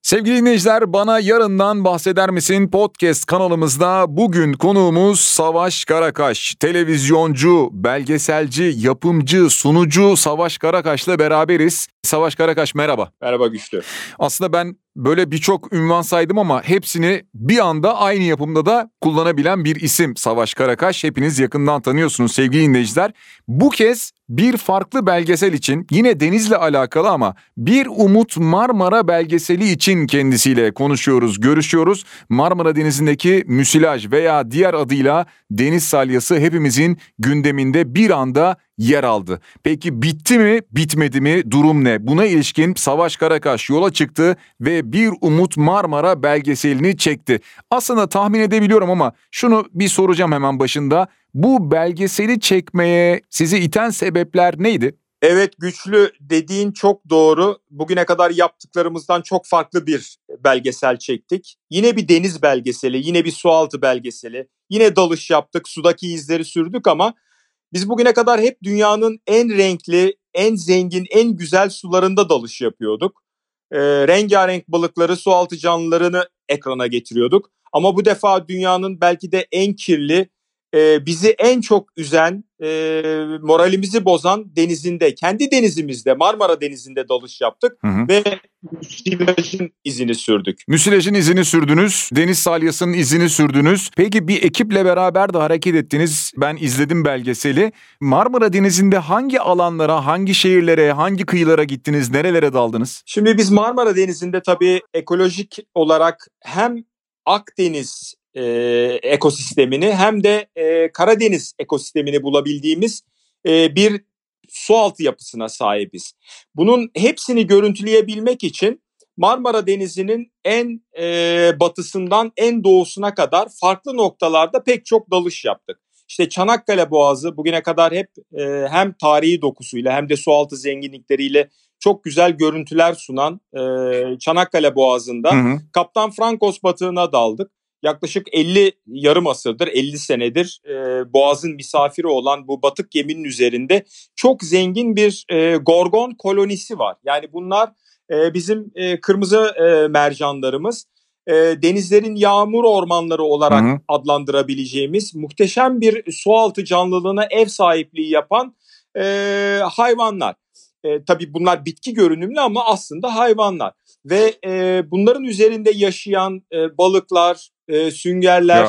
Sevgili dinleyiciler, Bana Yarından Bahseder Misin podcast kanalımızda bugün konuğumuz Savaş Karakaş. Televizyoncu, belgeselci, yapımcı, sunucu Savaş Karakaş'la beraberiz. Savaş Karakaş, merhaba. Merhaba Güçlü. Aslında ben böyle birçok ünvan saydım ama hepsini bir anda aynı yapımda da kullanabilen bir isim Savaş Karakaş. Hepiniz yakından tanıyorsunuz sevgili dinleyiciler. Bu kez bir farklı belgesel için, yine denizle alakalı ama Bir Umut Marmara belgeseli için kendisiyle konuşuyoruz, görüşüyoruz. Marmara Denizi'ndeki müsilaj veya diğer adıyla deniz salyası hepimizin gündeminde bir anda yer aldı. Peki bitti mi, bitmedi mi, durum ne? Buna ilişkin Savaş Karakaş yola çıktı ve Bir Umut Marmara belgeselini çekti. Aslında tahmin edebiliyorum ama şunu bir soracağım hemen başında. Bu belgeseli çekmeye sizi iten sebepler neydi? Evet Güçlü, dediğin çok doğru. Bugüne kadar yaptıklarımızdan çok farklı bir belgesel çektik. Yine bir deniz belgeseli, yine bir sualtı belgeseli. Yine dalış yaptık, sudaki izleri sürdük ama biz bugüne kadar hep dünyanın en renkli, en zengin, en güzel sularında dalış yapıyorduk. Rengarenk balıkları, sualtı canlılarını ekrana getiriyorduk. Ama bu defa dünyanın belki de en kirli, bizi en çok üzen, moralimizi bozan denizinde, kendi denizimizde, Marmara Denizi'nde dalış yaptık. Ve müsilajın izini sürdük. Müsilajın izini sürdünüz, deniz salyasının izini sürdünüz. Peki bir ekiple beraber de hareket ettiniz. Ben izledim belgeseli. Marmara Denizi'nde hangi alanlara, hangi şehirlere, hangi kıyılara gittiniz, nerelere daldınız? Şimdi biz Marmara Denizi'nde tabii ekolojik olarak hem Akdeniz ekosistemini hem de Karadeniz ekosistemini bulabildiğimiz bir sualtı yapısına sahibiz. Bunun hepsini görüntüleyebilmek için Marmara Denizi'nin en batısından en doğusuna kadar farklı noktalarda pek çok dalış yaptık. İşte Çanakkale Boğazı bugüne kadar hep hem tarihi dokusuyla hem de sualtı zenginlikleriyle çok güzel görüntüler sunan Çanakkale Boğazı'nda Kaptan Frankos batığına daldık. Yaklaşık 50 yarım asırdır, 50 senedir Boğaz'ın misafiri olan bu batık geminin üzerinde çok zengin bir gorgon kolonisi var. Yani bunlar bizim kırmızı mercanlarımız. Denizlerin yağmur ormanları olarak adlandırabileceğimiz muhteşem bir sualtı canlılığına ev sahipliği yapan hayvanlar. Tabii bunlar bitki görünümlü ama aslında hayvanlar. Ve bunların üzerinde yaşayan balıklar, süngerler,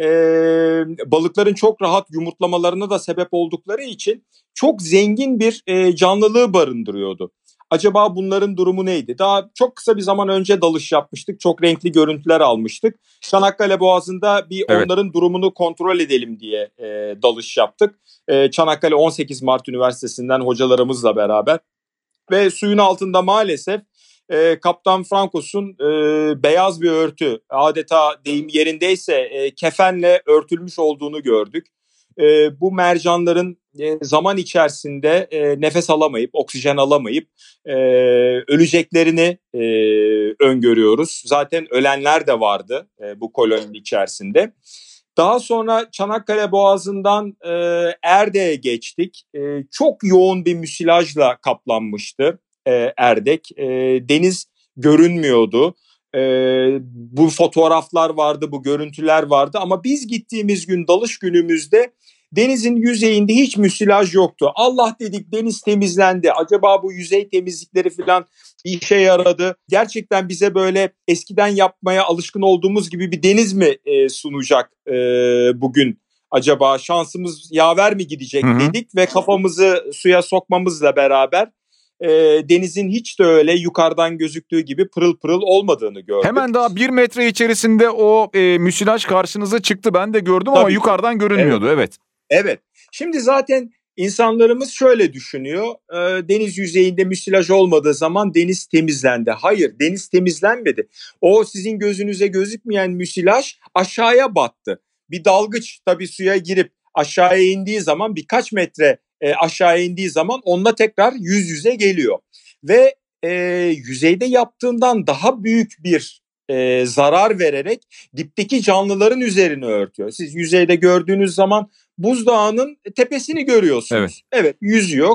balıkların çok rahat yumurtlamalarına da sebep oldukları için çok zengin bir canlılığı barındırıyordu. Acaba bunların durumu neydi? Daha çok kısa bir zaman önce dalış yapmıştık. Çok renkli görüntüler almıştık. Çanakkale Boğazı'nda onların durumunu kontrol edelim diye dalış yaptık. Çanakkale 18 Mart Üniversitesi'nden hocalarımızla beraber. Ve suyun altında maalesef Kaptan Frankos'un beyaz bir örtü, adeta deyim yerindeyse kefenle örtülmüş olduğunu gördük. Bu mercanların zaman içerisinde nefes alamayıp, oksijen alamayıp öleceklerini öngörüyoruz. Zaten ölenler de vardı bu koloninin içerisinde. Daha sonra Çanakkale Boğazı'ndan Erdek'e geçtik. Çok yoğun bir müsilajla kaplanmıştı Erdek. Deniz görünmüyordu. Bu fotoğraflar vardı, bu görüntüler vardı ama biz gittiğimiz gün, dalış günümüzde denizin yüzeyinde hiç müsilaj yoktu. Allah dedik, deniz temizlendi. Acaba bu yüzey temizlikleri falan işe yaradı. Gerçekten bize böyle eskiden yapmaya alışkın olduğumuz gibi bir deniz mi sunacak bugün? Acaba şansımız yaver mi gidecek dedik ve kafamızı suya sokmamızla beraber denizin hiç de öyle yukarıdan gözüktüğü gibi pırıl pırıl olmadığını gördük. Hemen daha 1 metre içerisinde o müsilaj karşınıza çıktı. Ben de gördüm ama yukarıdan görünmüyordu. Evet. Şimdi zaten insanlarımız şöyle düşünüyor. Deniz yüzeyinde müsilaj olmadığı zaman deniz temizlendi. Hayır, deniz temizlenmedi. O sizin gözünüze gözükmeyen müsilaj aşağıya battı. Bir dalgıç tabii suya girip aşağıya indiği zaman, birkaç metre aşağıya indiği zaman onunla tekrar yüz yüze geliyor. Ve yüzeyde yaptığından daha büyük bir zarar vererek dipteki canlıların üzerini örtüyor. Siz yüzeyde gördüğünüz zaman buzdağının tepesini görüyorsunuz. Evet, yüzü yok,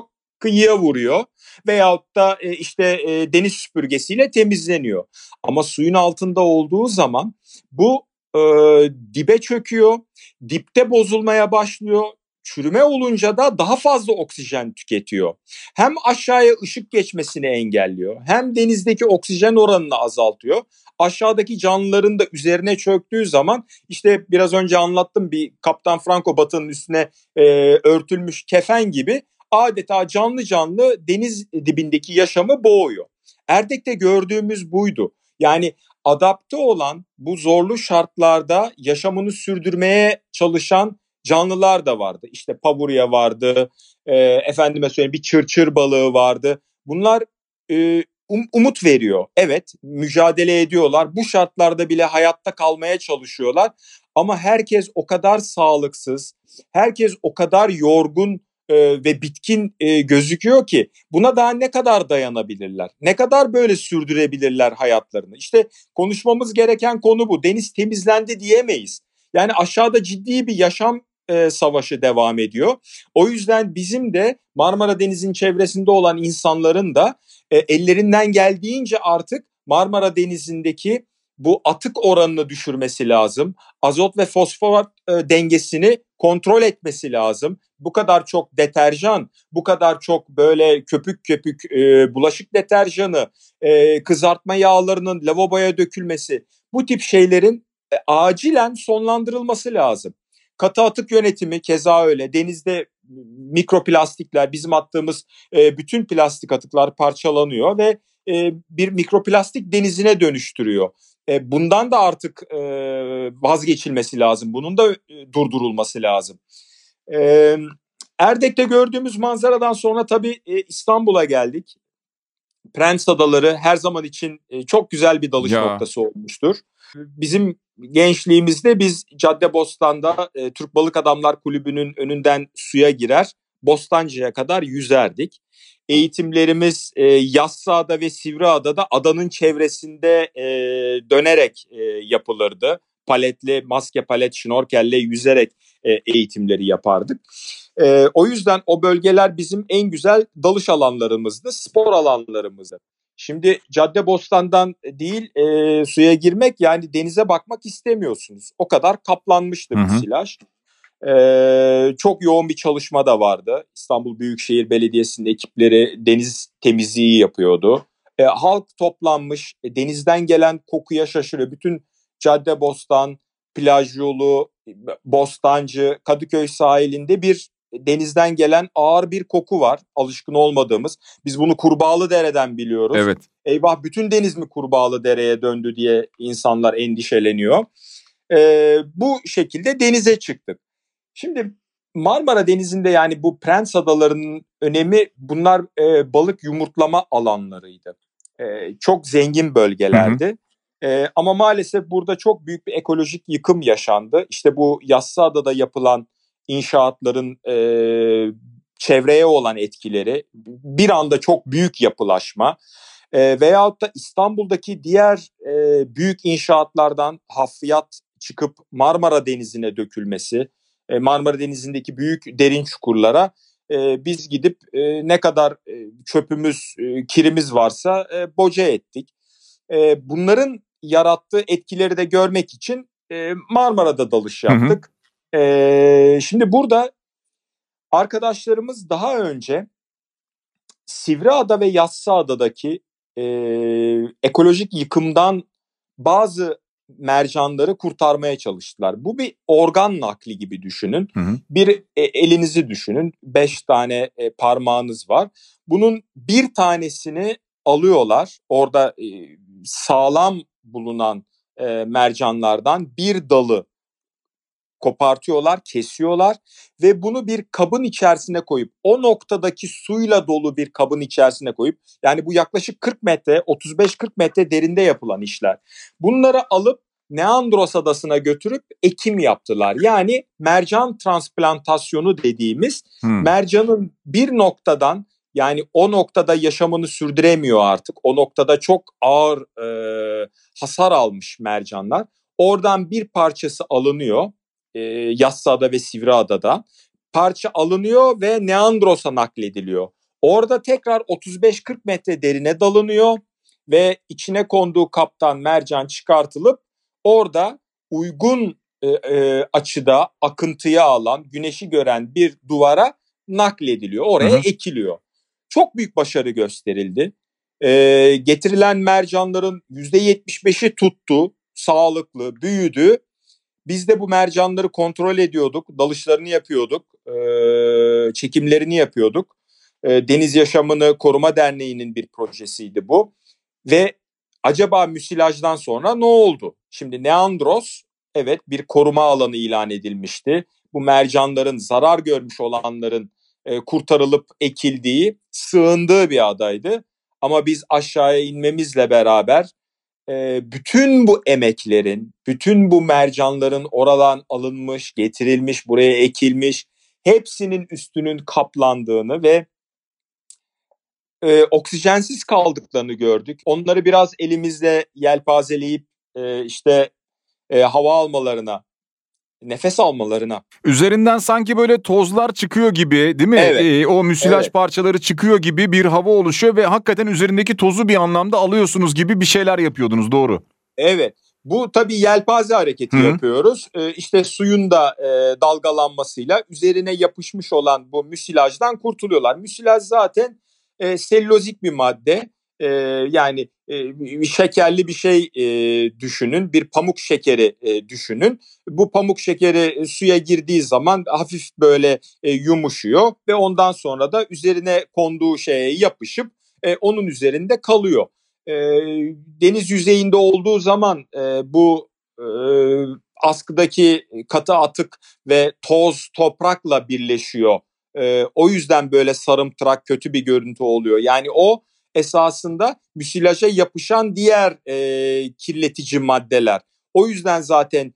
kıyıya vuruyor veyahut da deniz süpürgesiyle temizleniyor. Ama suyun altında olduğu zaman bu e, dibe çöküyor, dipte bozulmaya başlıyor. Çürüme olunca da daha fazla oksijen tüketiyor. Hem aşağıya ışık geçmesini engelliyor, hem denizdeki oksijen oranını azaltıyor. Aşağıdaki canlıların da üzerine çöktüğü zaman işte biraz önce anlattım, bir Kaptan Franco Batı'nın üstüne örtülmüş kefen gibi adeta canlı canlı deniz dibindeki yaşamı boğuyor. Erdek'te gördüğümüz buydu. Yani adapte olan, bu zorlu şartlarda yaşamını sürdürmeye çalışan canlılar da vardı. İşte paburya vardı, efendime söyleyeyim bir çırçır balığı vardı. Bunlar umut veriyor. Evet, mücadele ediyorlar. Bu şartlarda bile hayatta kalmaya çalışıyorlar. Ama herkes o kadar sağlıksız, herkes o kadar yorgun ve bitkin gözüküyor ki buna daha ne kadar dayanabilirler? Ne kadar böyle sürdürebilirler hayatlarını? İşte konuşmamız gereken konu bu. Deniz temizlendi diyemeyiz. Yani aşağıda ciddi bir yaşam savaşı devam ediyor. O yüzden bizim de Marmara Denizi'nin çevresinde olan insanların da ellerinden geldiğince artık Marmara Denizi'ndeki bu atık oranını düşürmesi lazım. Azot ve fosfor dengesini kontrol etmesi lazım. Bu kadar çok deterjan, bu kadar çok böyle köpük köpük bulaşık deterjanı, kızartma yağlarının lavaboya dökülmesi, bu tip şeylerin acilen sonlandırılması lazım. Katı atık yönetimi keza öyle. Denizde mikroplastikler, bizim attığımız bütün plastik atıklar parçalanıyor ve bir mikroplastik denizine dönüştürüyor. Bundan da artık vazgeçilmesi lazım. Bunun da durdurulması lazım. Erdek'te gördüğümüz manzaradan sonra tabii İstanbul'a geldik. Prens Adaları her zaman için çok güzel bir dalış noktası olmuştur. Bizim gençliğimizde biz Caddebostan'da Türk Balık Adamlar Kulübü'nün önünden suya girer, Bostancı'ya kadar yüzerdik. Eğitimlerimiz Yassıada ve Sivriada'da adanın çevresinde dönerek yapılırdı. Paletli, maske palet, şnorkelle yüzerek eğitimleri yapardık. O yüzden o bölgeler bizim en güzel dalış alanlarımızdı, spor alanlarımızdı. Şimdi Caddebostan'dan değil suya girmek, yani denize bakmak istemiyorsunuz. O kadar kaplanmıştı bir silaj. Çok yoğun bir çalışma da vardı. İstanbul Büyükşehir Belediyesi'nin ekipleri deniz temizliği yapıyordu. Halk toplanmış, denizden gelen kokuya şaşırıyor. Bütün Caddebostan, plaj yolu, Bostancı, Kadıköy sahilinde bir denizden gelen ağır bir koku var. Alışkın olmadığımız. Biz bunu Kurbağalıdere'den biliyoruz. Evet. Eyvah, bütün deniz mi Kurbağalıdere'ye döndü diye insanlar endişeleniyor. Bu şekilde denize çıktık. Şimdi Marmara Denizi'nde, yani bu Prens Adaları'nın önemi, bunlar balık yumurtlama alanlarıydı. Çok zengin bölgelerdi. Ama maalesef burada çok büyük bir ekolojik yıkım yaşandı. İşte bu Yassıada'da yapılan inşaatların çevreye olan etkileri, bir anda çok büyük yapılaşma veyahut da İstanbul'daki diğer büyük inşaatlardan hafriyat çıkıp Marmara Denizi'ne dökülmesi, Marmara Denizi'ndeki büyük derin çukurlara biz gidip ne kadar çöpümüz, kirimiz varsa boca ettik. Bunların yarattığı etkileri de görmek için Marmara'da dalış yaptık. Şimdi burada arkadaşlarımız daha önce Sivriada ve Yassıada'daki ekolojik yıkımdan bazı mercanları kurtarmaya çalıştılar. Bu bir organ nakli gibi düşünün. Bir elinizi düşünün. 5 tane parmağınız var. Bunun bir tanesini alıyorlar. Orada sağlam bulunan mercanlardan bir dalı kopartıyorlar, kesiyorlar ve bunu bir kabın içerisine koyup, o noktadaki suyla dolu bir kabın içerisine koyup, yani bu yaklaşık 40 metre, 35-40 metre derinde yapılan işler. Bunları alıp Neandros Adası'na götürüp ekim yaptılar. Yani mercan transplantasyonu dediğimiz, mercanın bir noktadan, yani o noktada yaşamını sürdüremiyor artık. O noktada çok ağır hasar almış mercanlar. Oradan bir parçası alınıyor. Yassıada ve Sivriada'da parça alınıyor ve Neandros'a naklediliyor. Orada tekrar 35-40 metre derine dalınıyor ve içine konduğu kaptan mercan çıkartılıp orada uygun açıda akıntıya alan, güneşi gören bir duvara naklediliyor. Oraya ekiliyor. Çok büyük başarı gösterildi. Getirilen mercanların %75'i tuttu, sağlıklı, büyüdü. Biz de bu mercanları kontrol ediyorduk, dalışlarını yapıyorduk, çekimlerini yapıyorduk. Deniz Yaşamını Koruma Derneği'nin bir projesiydi bu. Ve acaba müsilajdan sonra ne oldu? Şimdi Neandros, evet, bir koruma alanı ilan edilmişti. Bu mercanların, zarar görmüş olanların kurtarılıp ekildiği, sığındığı bir adaydı. Ama biz aşağıya inmemizle beraber bütün bu emeklerin, bütün bu mercanların oradan alınmış, getirilmiş, buraya ekilmiş, hepsinin üstünün kaplandığını ve oksijensiz kaldıklarını gördük. Onları biraz elimizle yelpazeleyip hava almalarına, nefes almalarına. Üzerinden sanki böyle tozlar çıkıyor gibi, değil mi? Evet. O müsilaj parçaları çıkıyor gibi bir hava oluşuyor ve hakikaten üzerindeki tozu bir anlamda alıyorsunuz gibi bir şeyler yapıyordunuz, doğru? Evet. Bu tabii yelpaze hareketi yapıyoruz. İşte suyun da dalgalanmasıyla üzerine yapışmış olan bu müsilajdan kurtuluyorlar. Müsilaj zaten selülozik bir madde. Yani şekerli bir şey düşünün. Bir pamuk şekeri düşünün. Bu pamuk şekeri suya girdiği zaman hafif böyle yumuşuyor ve ondan sonra da üzerine konduğu şeye yapışıp onun üzerinde kalıyor. Deniz yüzeyinde olduğu zaman bu askıdaki katı atık ve toz toprakla birleşiyor. O yüzden böyle sarımtırak kötü bir görüntü oluyor. Yani o esasında müsilaja yapışan diğer kirletici maddeler. O yüzden zaten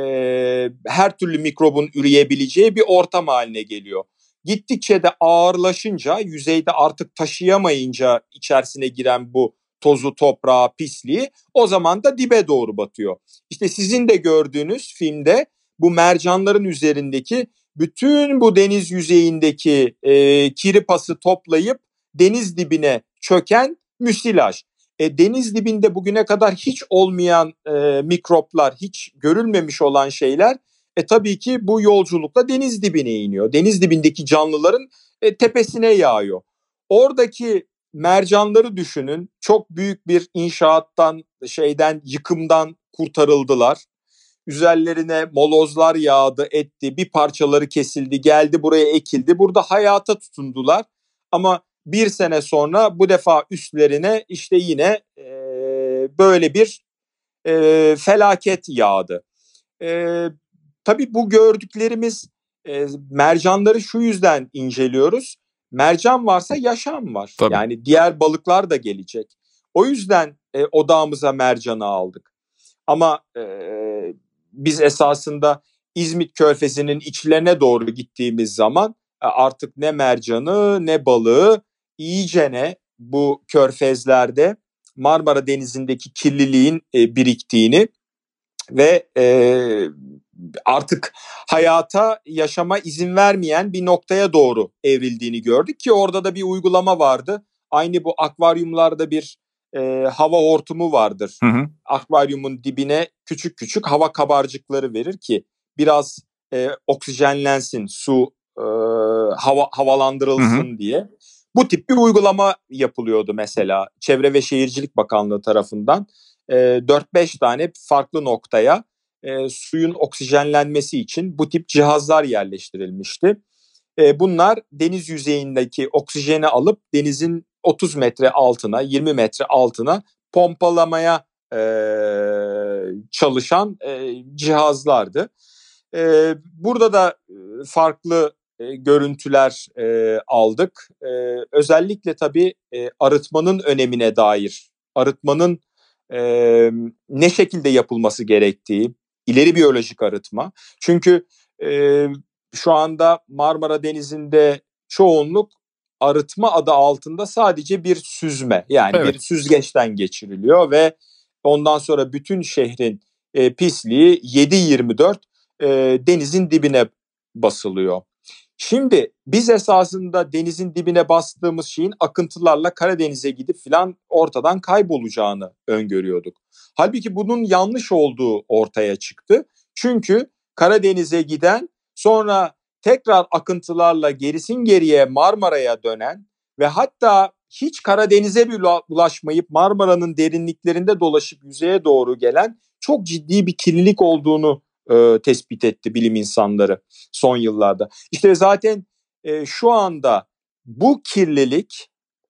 her türlü mikrobun üreyebileceği bir ortam haline geliyor. Gittikçe de ağırlaşınca, yüzeyde artık taşıyamayınca içerisine giren bu tozu, toprağı, pisliği, o zaman da dibe doğru batıyor. İşte sizin de gördüğünüz filmde bu mercanların üzerindeki bütün bu deniz yüzeyindeki kiri pası toplayıp deniz dibine çöken müsilaj. Deniz dibinde bugüne kadar hiç olmayan mikroplar, hiç görülmemiş olan şeyler tabii ki bu yolculukla deniz dibine iniyor. Deniz dibindeki canlıların tepesine yağıyor. Oradaki mercanları düşünün. Çok büyük bir inşaattan, yıkımdan kurtarıldılar. Üzerlerine molozlar yağdı, etti, bir parçaları kesildi, geldi buraya ekildi. Burada hayata tutundular. Ama bir sene sonra bu defa üstlerine işte yine böyle bir felaket yağdı. Tabii bu gördüklerimiz, mercanları şu yüzden inceliyoruz. Mercan varsa yaşam var. Tabii. Yani diğer balıklar da gelecek. O yüzden odağımıza mercanı aldık. Ama biz esasında İzmit Körfezi'nin içlerine doğru gittiğimiz zaman artık ne mercanı ne balığı, iyicene bu körfezlerde Marmara Denizi'ndeki kirliliğin biriktiğini ve artık hayata, yaşama izin vermeyen bir noktaya doğru evrildiğini gördük ki orada da bir uygulama vardı. Aynı bu akvaryumlarda bir hava hortumu vardır. Akvaryumun dibine küçük küçük hava kabarcıkları verir ki biraz oksijenlensin, su havalandırılsın diye. Bu tip bir uygulama yapılıyordu mesela Çevre ve Şehircilik Bakanlığı tarafından. 4-5 tane farklı noktaya suyun oksijenlenmesi için bu tip cihazlar yerleştirilmişti. Bunlar deniz yüzeyindeki oksijeni alıp denizin 30 metre altına, 20 metre altına pompalamaya çalışan cihazlardı. Burada da farklı görüntüler aldık. Özellikle tabii arıtmanın önemine dair, arıtmanın ne şekilde yapılması gerektiği, ileri biyolojik arıtma. Çünkü şu anda Marmara Denizi'nde çoğunluk arıtma adı altında sadece bir süzme, yani bir süzgeçten geçiriliyor ve ondan sonra bütün şehrin pisliği 7/24 denizin dibine basılıyor. Şimdi biz esasında denizin dibine bastığımız şeyin akıntılarla Karadeniz'e gidip filan ortadan kaybolacağını öngörüyorduk. Halbuki bunun yanlış olduğu ortaya çıktı. Çünkü Karadeniz'e giden, sonra tekrar akıntılarla gerisin geriye Marmara'ya dönen ve hatta hiç Karadeniz'e bile ulaşmayıp Marmara'nın derinliklerinde dolaşıp yüzeye doğru gelen çok ciddi bir kirlilik olduğunu tespit etti bilim insanları son yıllarda. İşte zaten şu anda bu kirlilik,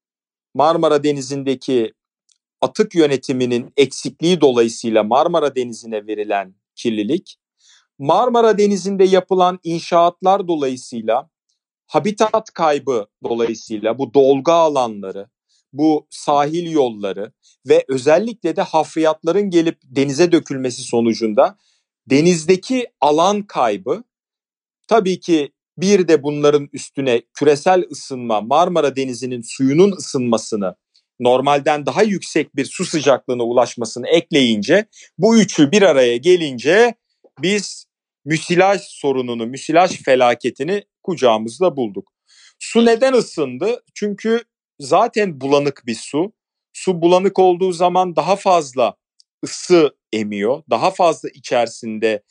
Marmara Denizi'ndeki atık yönetiminin eksikliği dolayısıyla Marmara Denizi'ne verilen kirlilik, Marmara Denizi'nde yapılan inşaatlar dolayısıyla, habitat kaybı dolayısıyla bu dolgu alanları, bu sahil yolları ve özellikle de hafriyatların gelip denize dökülmesi sonucunda denizdeki alan kaybı, tabii ki bir de bunların üstüne küresel ısınma, Marmara Denizi'nin suyunun ısınmasını, normalden daha yüksek bir su sıcaklığına ulaşmasını ekleyince, bu üçü bir araya gelince biz müsilaj sorununu, müsilaj felaketini kucağımızda bulduk. Su neden ısındı? Çünkü zaten bulanık bir su. Su bulanık olduğu zaman daha fazla ısı emiyor, daha fazla içerisinde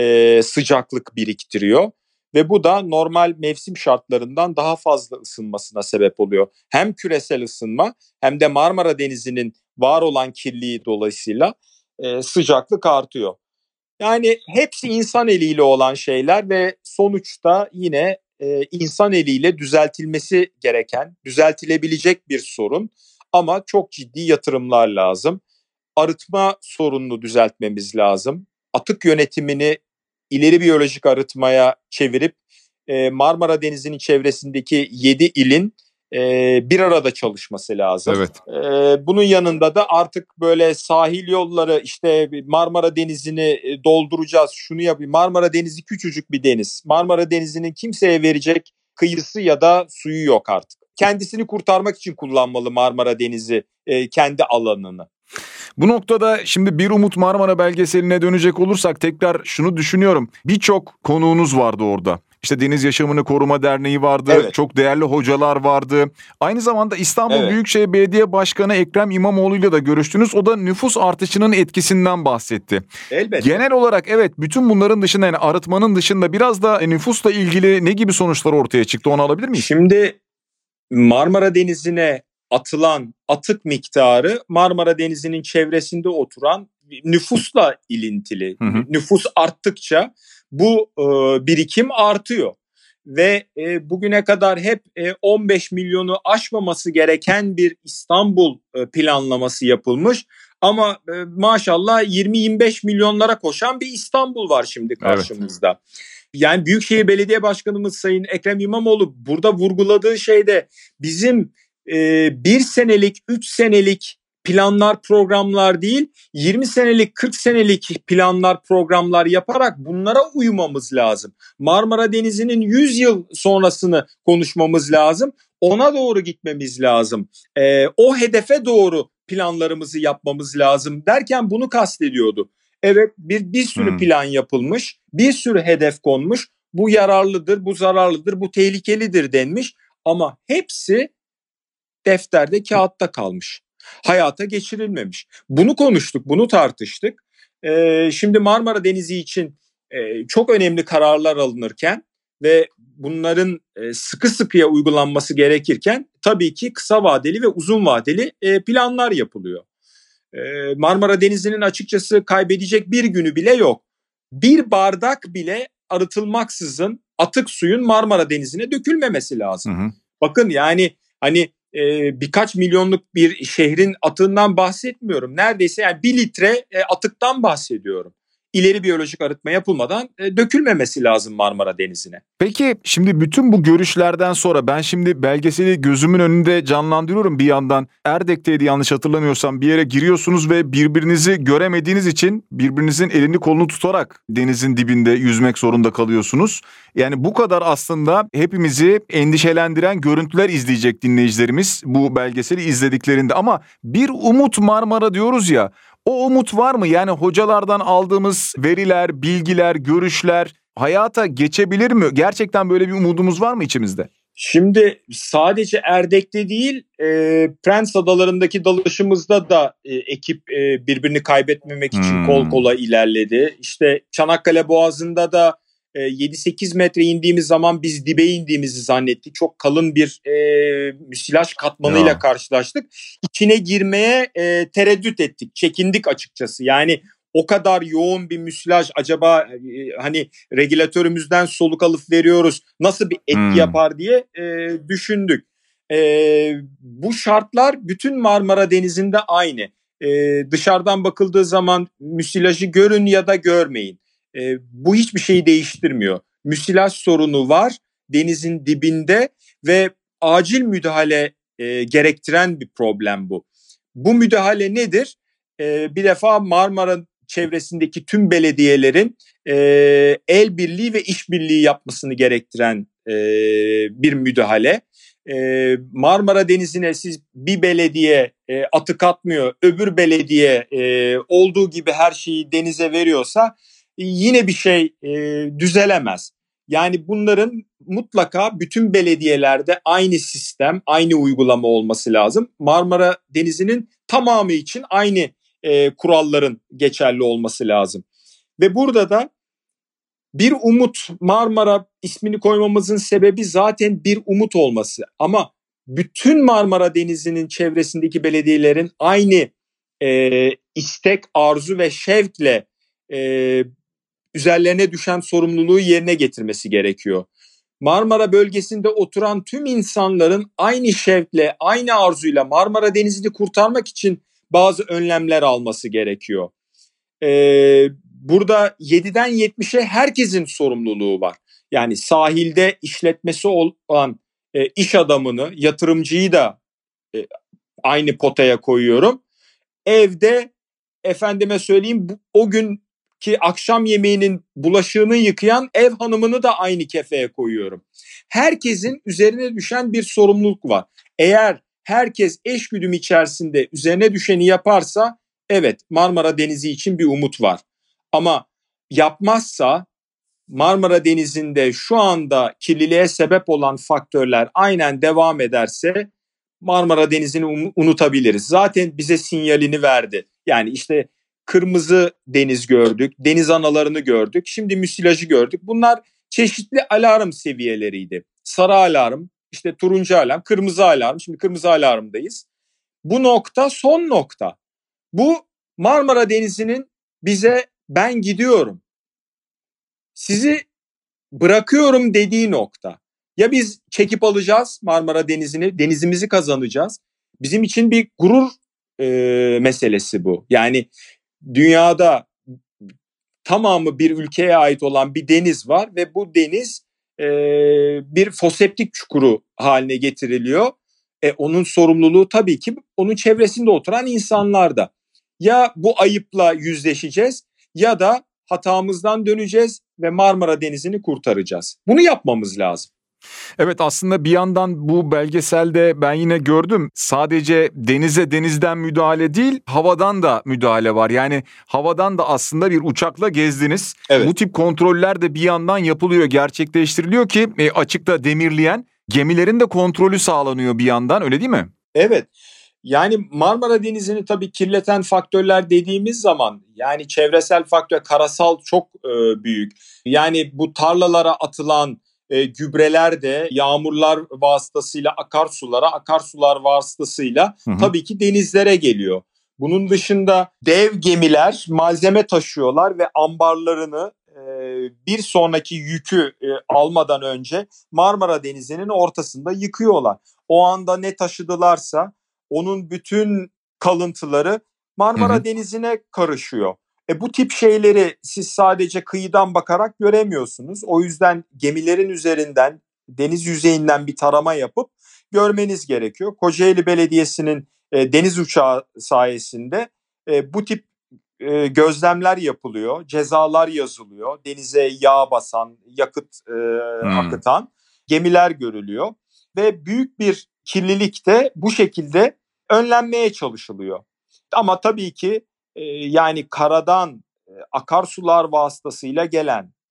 sıcaklık biriktiriyor ve bu da normal mevsim şartlarından daha fazla ısınmasına sebep oluyor. Hem küresel ısınma hem de Marmara Denizi'nin var olan kirliliği dolayısıyla sıcaklık artıyor. Yani hepsi insan eliyle olan şeyler ve sonuçta yine insan eliyle düzeltilmesi gereken, düzeltilebilecek bir sorun ama çok ciddi yatırımlar lazım. Arıtma sorununu düzeltmemiz lazım. Atık yönetimini ileri biyolojik arıtmaya çevirip Marmara Denizi'nin çevresindeki 7 ilin bir arada çalışması lazım. Evet. Bunun yanında da artık böyle sahil yolları, işte Marmara Denizi'ni dolduracağız, şunu yapayım. Marmara Denizi küçücük bir deniz. Marmara Denizi'nin kimseye verecek kıyısı ya da suyu yok artık. Kendisini kurtarmak için kullanmalı Marmara Denizi kendi alanını. Bu noktada şimdi Bir Umut Marmara belgeseline dönecek olursak tekrar şunu düşünüyorum. Birçok konuğunuz vardı orada. İşte Deniz Yaşamını Koruma Derneği vardı. Evet. Çok değerli hocalar vardı. Aynı zamanda İstanbul Büyükşehir Belediye Başkanı Ekrem İmamoğlu'yla da görüştünüz. O da nüfus artışının etkisinden bahsetti. Elbette. Genel olarak evet, bütün bunların dışında, yani arıtmanın dışında biraz da nüfusla ilgili ne gibi sonuçlar ortaya çıktı, onu alabilir miyiz? Şimdi Marmara Denizi'ne atılan atık miktarı Marmara Denizi'nin çevresinde oturan nüfusla ilintili. Nüfus arttıkça bu birikim artıyor. Ve bugüne kadar hep 15 milyonu aşmaması gereken bir İstanbul planlaması yapılmış. Ama maşallah 20-25 milyonlara koşan bir İstanbul var şimdi karşımızda. Evet. Yani Büyükşehir Belediye Başkanımız Sayın Ekrem İmamoğlu burada vurguladığı şeyde bizim 1 senelik, 3 senelik planlar, programlar değil, 20 senelik, 40 senelik planlar, programlar yaparak bunlara uymamız lazım. Marmara Denizi'nin 100 yıl sonrasını konuşmamız lazım. Ona doğru gitmemiz lazım. O hedefe doğru planlarımızı yapmamız lazım derken bunu kastediyordu. Evet, bir sürü plan yapılmış, bir sürü hedef konmuş. Bu yararlıdır, bu zararlıdır, bu tehlikelidir denmiş ama hepsi defterde, kağıtta kalmış. Hayata geçirilmemiş. Bunu konuştuk, bunu tartıştık. Şimdi Marmara Denizi için çok önemli kararlar alınırken ve bunların sıkı sıkıya uygulanması gerekirken tabii ki kısa vadeli ve uzun vadeli planlar yapılıyor. Marmara Denizi'nin açıkçası kaybedecek bir günü bile yok. Bir bardak bile arıtılmaksızın atık suyun Marmara Denizi'ne dökülmemesi lazım. Bakın yani hani birkaç milyonluk bir şehrin atığından bahsetmiyorum. Neredeyse yani 1 litre atıktan bahsediyorum. İleri biyolojik arıtma yapılmadan dökülmemesi lazım Marmara Denizi'ne. Peki şimdi bütün bu görüşlerden sonra ben şimdi belgeseli gözümün önünde canlandırıyorum bir yandan. Erdek'teydi yanlış hatırlamıyorsam, bir yere giriyorsunuz ve birbirinizi göremediğiniz için birbirinizin elini kolunu tutarak denizin dibinde yüzmek zorunda kalıyorsunuz. Yani bu kadar aslında hepimizi endişelendiren görüntüler izleyecek dinleyicilerimiz bu belgeseli izlediklerinde. Ama Bir Umut Marmara diyoruz ya, o umut var mı? Yani hocalardan aldığımız veriler, bilgiler, görüşler, hayata geçebilir mi? Gerçekten böyle bir umudumuz var mı içimizde? Şimdi sadece Erdek'te değil, Prens Adaları'ndaki dalışımızda da ekip birbirini kaybetmemek için kol kola ilerledi. İşte Çanakkale Boğazı'nda da 7-8 metre indiğimiz zaman biz dibe indiğimizi zannettik. Çok kalın bir müsilaj katmanıyla karşılaştık. İçine girmeye tereddüt ettik, çekindik açıkçası. Yani o kadar yoğun bir müsilaj, acaba hani regülatörümüzden soluk alıp veriyoruz, nasıl bir etki yapar diye düşündük. Bu şartlar bütün Marmara Denizi'nde aynı. Dışarıdan bakıldığı zaman müsilajı görün ya da görmeyin. Bu hiçbir şeyi değiştirmiyor. Müsilaj sorunu var denizin dibinde ve acil müdahale gerektiren bir problem bu. Bu müdahale nedir? Bir defa Marmara çevresindeki tüm belediyelerin el birliği ve işbirliği yapmasını gerektiren bir müdahale. Marmara Denizi'ne siz bir belediye atık atmıyor, öbür belediye olduğu gibi her şeyi denize veriyorsa yine bir şey düzelemez. Yani bunların mutlaka bütün belediyelerde aynı sistem, aynı uygulama olması lazım. Marmara Denizi'nin tamamı için aynı kuralların geçerli olması lazım. Ve burada da bir umut, Marmara ismini koymamızın sebebi zaten bir umut olması. Ama bütün Marmara Denizi'nin çevresindeki belediyelerin aynı istek, arzu ve şevkle üzerlerine düşen sorumluluğu yerine getirmesi gerekiyor. Marmara bölgesinde oturan tüm insanların aynı şevkle, aynı arzuyla Marmara Denizi'ni kurtarmak için bazı önlemler alması gerekiyor. Burada 7'den 70'e herkesin sorumluluğu var. Yani sahilde işletmesi olan iş adamını, yatırımcıyı da aynı potaya koyuyorum. Evde efendime söyleyeyim o günkü akşam yemeğinin bulaşığını yıkayan ev hanımını da aynı kefeye koyuyorum. Herkesin üzerine düşen bir sorumluluk var. Eğer herkes eşgüdüm içerisinde üzerine düşeni yaparsa evet, Marmara Denizi için bir umut var. Ama yapmazsa, Marmara Denizi'nde şu anda kirliliğe sebep olan faktörler aynen devam ederse Marmara Denizi'ni unutabiliriz. Zaten bize sinyalini verdi. Yani işte kırmızı deniz gördük, deniz analarını gördük, şimdi müsilajı gördük. Bunlar çeşitli alarm seviyeleriydi. Sarı alarm, işte turuncu alarm, kırmızı alarm. Şimdi kırmızı alarmdayız. Bu nokta son nokta. Bu Marmara Denizi'nin bize ben gidiyorum, sizi bırakıyorum dediği nokta. Ya biz çekip alacağız Marmara Denizi'ni, denizimizi kazanacağız. Bizim için bir gurur meselesi bu. Yani dünyada tamamı bir ülkeye ait olan bir deniz var ve bu deniz bir foseptik çukuru haline getiriliyor. Onun sorumluluğu tabii ki onun çevresinde oturan insanlarda. Ya bu ayıpla yüzleşeceğiz ya da hatamızdan döneceğiz ve Marmara Denizi'ni kurtaracağız. Bunu yapmamız lazım. Evet, aslında bir yandan bu belgeselde ben yine gördüm. Sadece denize denizden müdahale değil, havadan da müdahale var. Yani havadan da aslında bir uçakla gezdiniz. Evet. Bu tip kontroller de bir yandan yapılıyor, gerçekleştiriliyor ki açıkta demirleyen gemilerin de kontrolü sağlanıyor bir yandan, öyle değil mi? Evet. Yani Marmara Denizi'ni tabii kirleten faktörler dediğimiz zaman, yani çevresel faktör, karasal çok büyük. Yani bu tarlalara atılan gübreler de yağmurlar vasıtasıyla akarsular vasıtasıyla tabii ki denizlere geliyor. Bunun dışında dev gemiler malzeme taşıyorlar ve ambarlarını bir sonraki yükü almadan önce Marmara Denizi'nin ortasında yıkıyorlar. O anda ne taşıdılarsa onun bütün kalıntıları Marmara Denizi'ne karışıyor. Bu tip şeyleri siz sadece kıyıdan bakarak göremiyorsunuz. O yüzden gemilerin üzerinden, deniz yüzeyinden bir tarama yapıp görmeniz gerekiyor. Kocaeli Belediyesi'nin deniz uçağı sayesinde bu tip gözlemler yapılıyor, cezalar yazılıyor, denize yağ basan, yakıt akıtan gemiler görülüyor ve büyük bir kirlilik de bu şekilde önlenmeye çalışılıyor. Ama tabii ki yani karadan akarsular vasıtasıyla gelen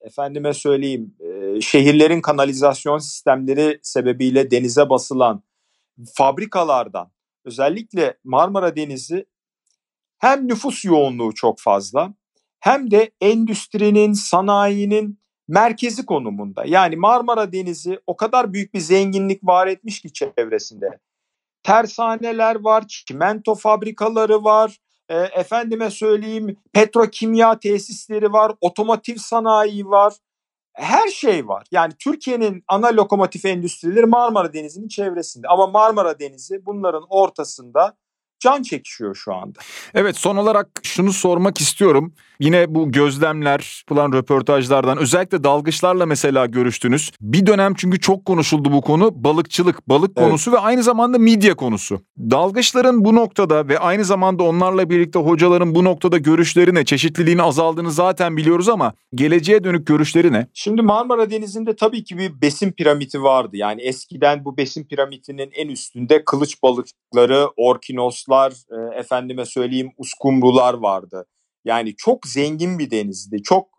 efendime söyleyeyim şehirlerin kanalizasyon sistemleri sebebiyle denize basılan fabrikalardan, özellikle Marmara Denizi hem nüfus yoğunluğu çok fazla hem de endüstrinin, sanayinin merkezi konumunda. Yani Marmara Denizi o kadar büyük bir zenginlik var etmiş ki çevresinde. Tersaneler var, çimento fabrikaları var, efendime söyleyeyim petrokimya tesisleri var, otomotiv sanayi var. Her şey var. Yani Türkiye'nin ana lokomotif endüstrileri Marmara Denizi'nin çevresinde. Ama Marmara Denizi bunların ortasında can çekişiyor şu anda. Evet, son olarak şunu sormak istiyorum. Yine bu gözlemler, yapılan röportajlardan özellikle dalgıçlarla mesela görüştünüz. Bir dönem çünkü çok konuşuldu bu konu, balıkçılık, balık konusu ve aynı zamanda midye konusu. Dalgıçların bu noktada ve aynı zamanda onlarla birlikte hocaların bu noktada görüşleri ne? Çeşitliliğin azaldığını zaten biliyoruz ama geleceğe dönük görüşleri ne? Şimdi Marmara Denizi'nde tabii ki bir besin piramidi vardı. Yani eskiden bu besin piramidinin en üstünde kılıç balıkları, orkinoslar, efendime söyleyeyim uskumrular vardı. Yani çok zengin bir denizdi. Çok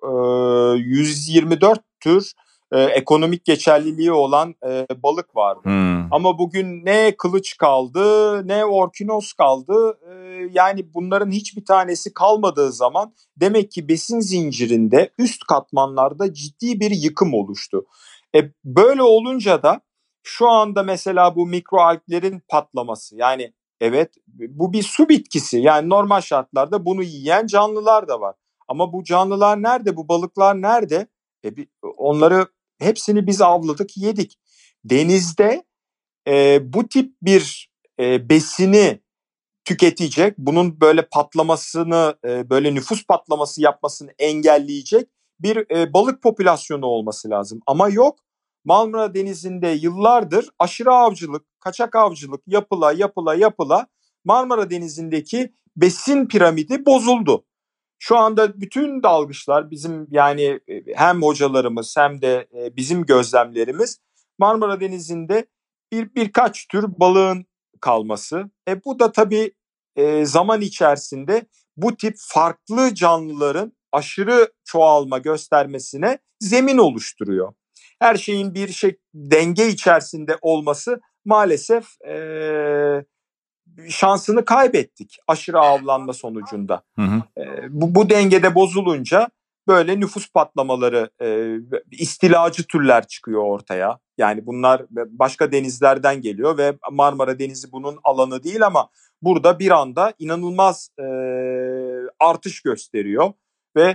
124 tür ekonomik geçerliliği olan balık vardı. Ama bugün ne kılıç kaldı ne orkinos kaldı. Yani bunların hiçbir tanesi kalmadığı zaman demek ki besin zincirinde üst katmanlarda ciddi bir yıkım oluştu. Böyle olunca da şu anda mesela bu mikroalglerin patlaması, yani evet bu bir su bitkisi, yani normal şartlarda bunu yiyen canlılar da var. Ama bu canlılar nerede, bu balıklar nerede? Onları hepsini biz avladık, yedik. Denizde bu tip bir besini tüketecek, bunun böyle patlamasını, böyle nüfus patlaması yapmasını engelleyecek bir balık popülasyonu olması lazım. Ama yok. Marmara Denizi'nde yıllardır aşırı avcılık, kaçak avcılık yapıla Marmara Denizi'ndeki besin piramidi bozuldu. Şu anda bütün dalgıçlar, bizim yani hem hocalarımız hem de bizim gözlemlerimiz Marmara Denizi'nde birkaç tür balığın kalması. Bu da tabii zaman içerisinde bu tip farklı canlıların aşırı çoğalma göstermesine zemin oluşturuyor. Her şeyin bir denge içerisinde olması maalesef şansını kaybettik aşırı avlanma sonucunda. Bu dengede bozulunca böyle nüfus patlamaları, istilacı türler çıkıyor ortaya. Yani bunlar başka denizlerden geliyor ve Marmara Denizi bunun alanı değil ama burada bir anda inanılmaz artış gösteriyor ve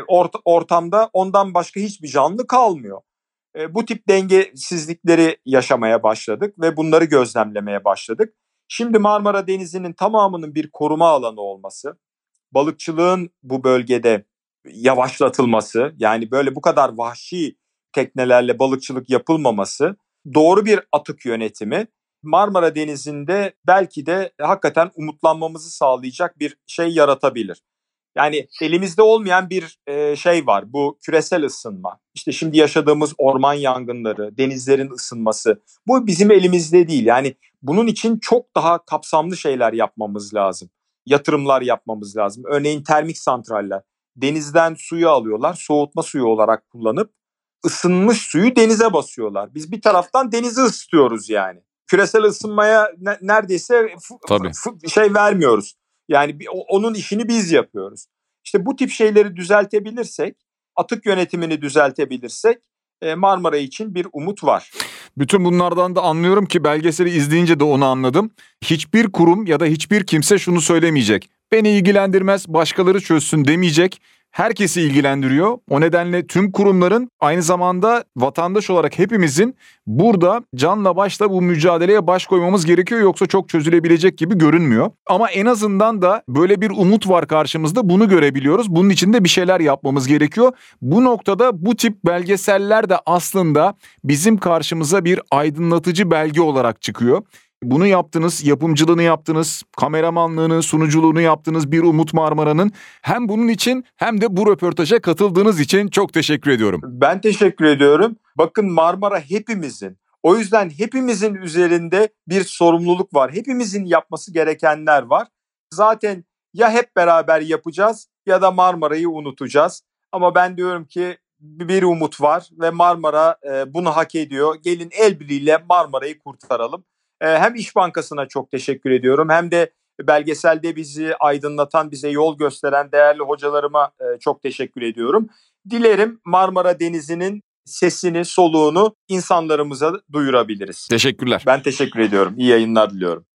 ortamda ondan başka hiçbir canlı kalmıyor. Bu tip dengesizlikleri yaşamaya başladık ve bunları gözlemlemeye başladık. Şimdi Marmara Denizi'nin tamamının bir koruma alanı olması, balıkçılığın bu bölgede yavaşlatılması, yani böyle bu kadar vahşi teknelerle balıkçılık yapılmaması, doğru bir atık yönetimi Marmara Denizi'nde belki de hakikaten umutlanmamızı sağlayacak bir şey yaratabilir. Yani elimizde olmayan bir şey var, bu küresel ısınma. İşte şimdi yaşadığımız orman yangınları, denizlerin ısınması, bu bizim elimizde değil. Yani bunun için çok daha kapsamlı şeyler yapmamız lazım. Yatırımlar yapmamız lazım. Örneğin termik santraller. Denizden suyu alıyorlar, soğutma suyu olarak kullanıp ısınmış suyu denize basıyorlar. Biz bir taraftan denizi ısıtıyoruz yani. Küresel ısınmaya neredeyse vermiyoruz. Yani onun işini biz yapıyoruz. İşte bu tip şeyleri düzeltebilirsek, atık yönetimini düzeltebilirsek Marmara için bir umut var. Bütün bunlardan da anlıyorum ki belgeseli izleyince de onu anladım. Hiçbir kurum ya da hiçbir kimse şunu söylemeyecek. Beni ilgilendirmez, başkaları çözsün demeyecek. Herkesi ilgilendiriyor. O nedenle tüm kurumların, aynı zamanda vatandaş olarak hepimizin burada canla başla bu mücadeleye baş koymamız gerekiyor. Yoksa çok çözülebilecek gibi görünmüyor. Ama en azından da böyle bir umut var karşımızda. Bunu görebiliyoruz. Bunun için de bir şeyler yapmamız gerekiyor. Bu noktada bu tip belgeseller de aslında bizim karşımıza bir aydınlatıcı belge olarak çıkıyor. Bunu yaptınız, yapımcılığını yaptınız, kameramanlığını, sunuculuğunu yaptınız bir Umut Marmara'nın. Hem bunun için hem de bu röportaja katıldığınız için çok teşekkür ediyorum. Ben teşekkür ediyorum. Bakın, Marmara hepimizin. O yüzden hepimizin üzerinde bir sorumluluk var. Hepimizin yapması gerekenler var. Zaten ya hep beraber yapacağız ya da Marmara'yı unutacağız. Ama ben diyorum ki bir umut var ve Marmara bunu hak ediyor. Gelin el birliğiyle Marmara'yı kurtaralım. Hem İş Bankası'na çok teşekkür ediyorum, hem de belgeselde bizi aydınlatan, bize yol gösteren değerli hocalarıma çok teşekkür ediyorum. Dilerim Marmara Denizi'nin sesini, soluğunu insanlarımıza duyurabiliriz. Teşekkürler. Ben teşekkür ediyorum. İyi yayınlar diliyorum.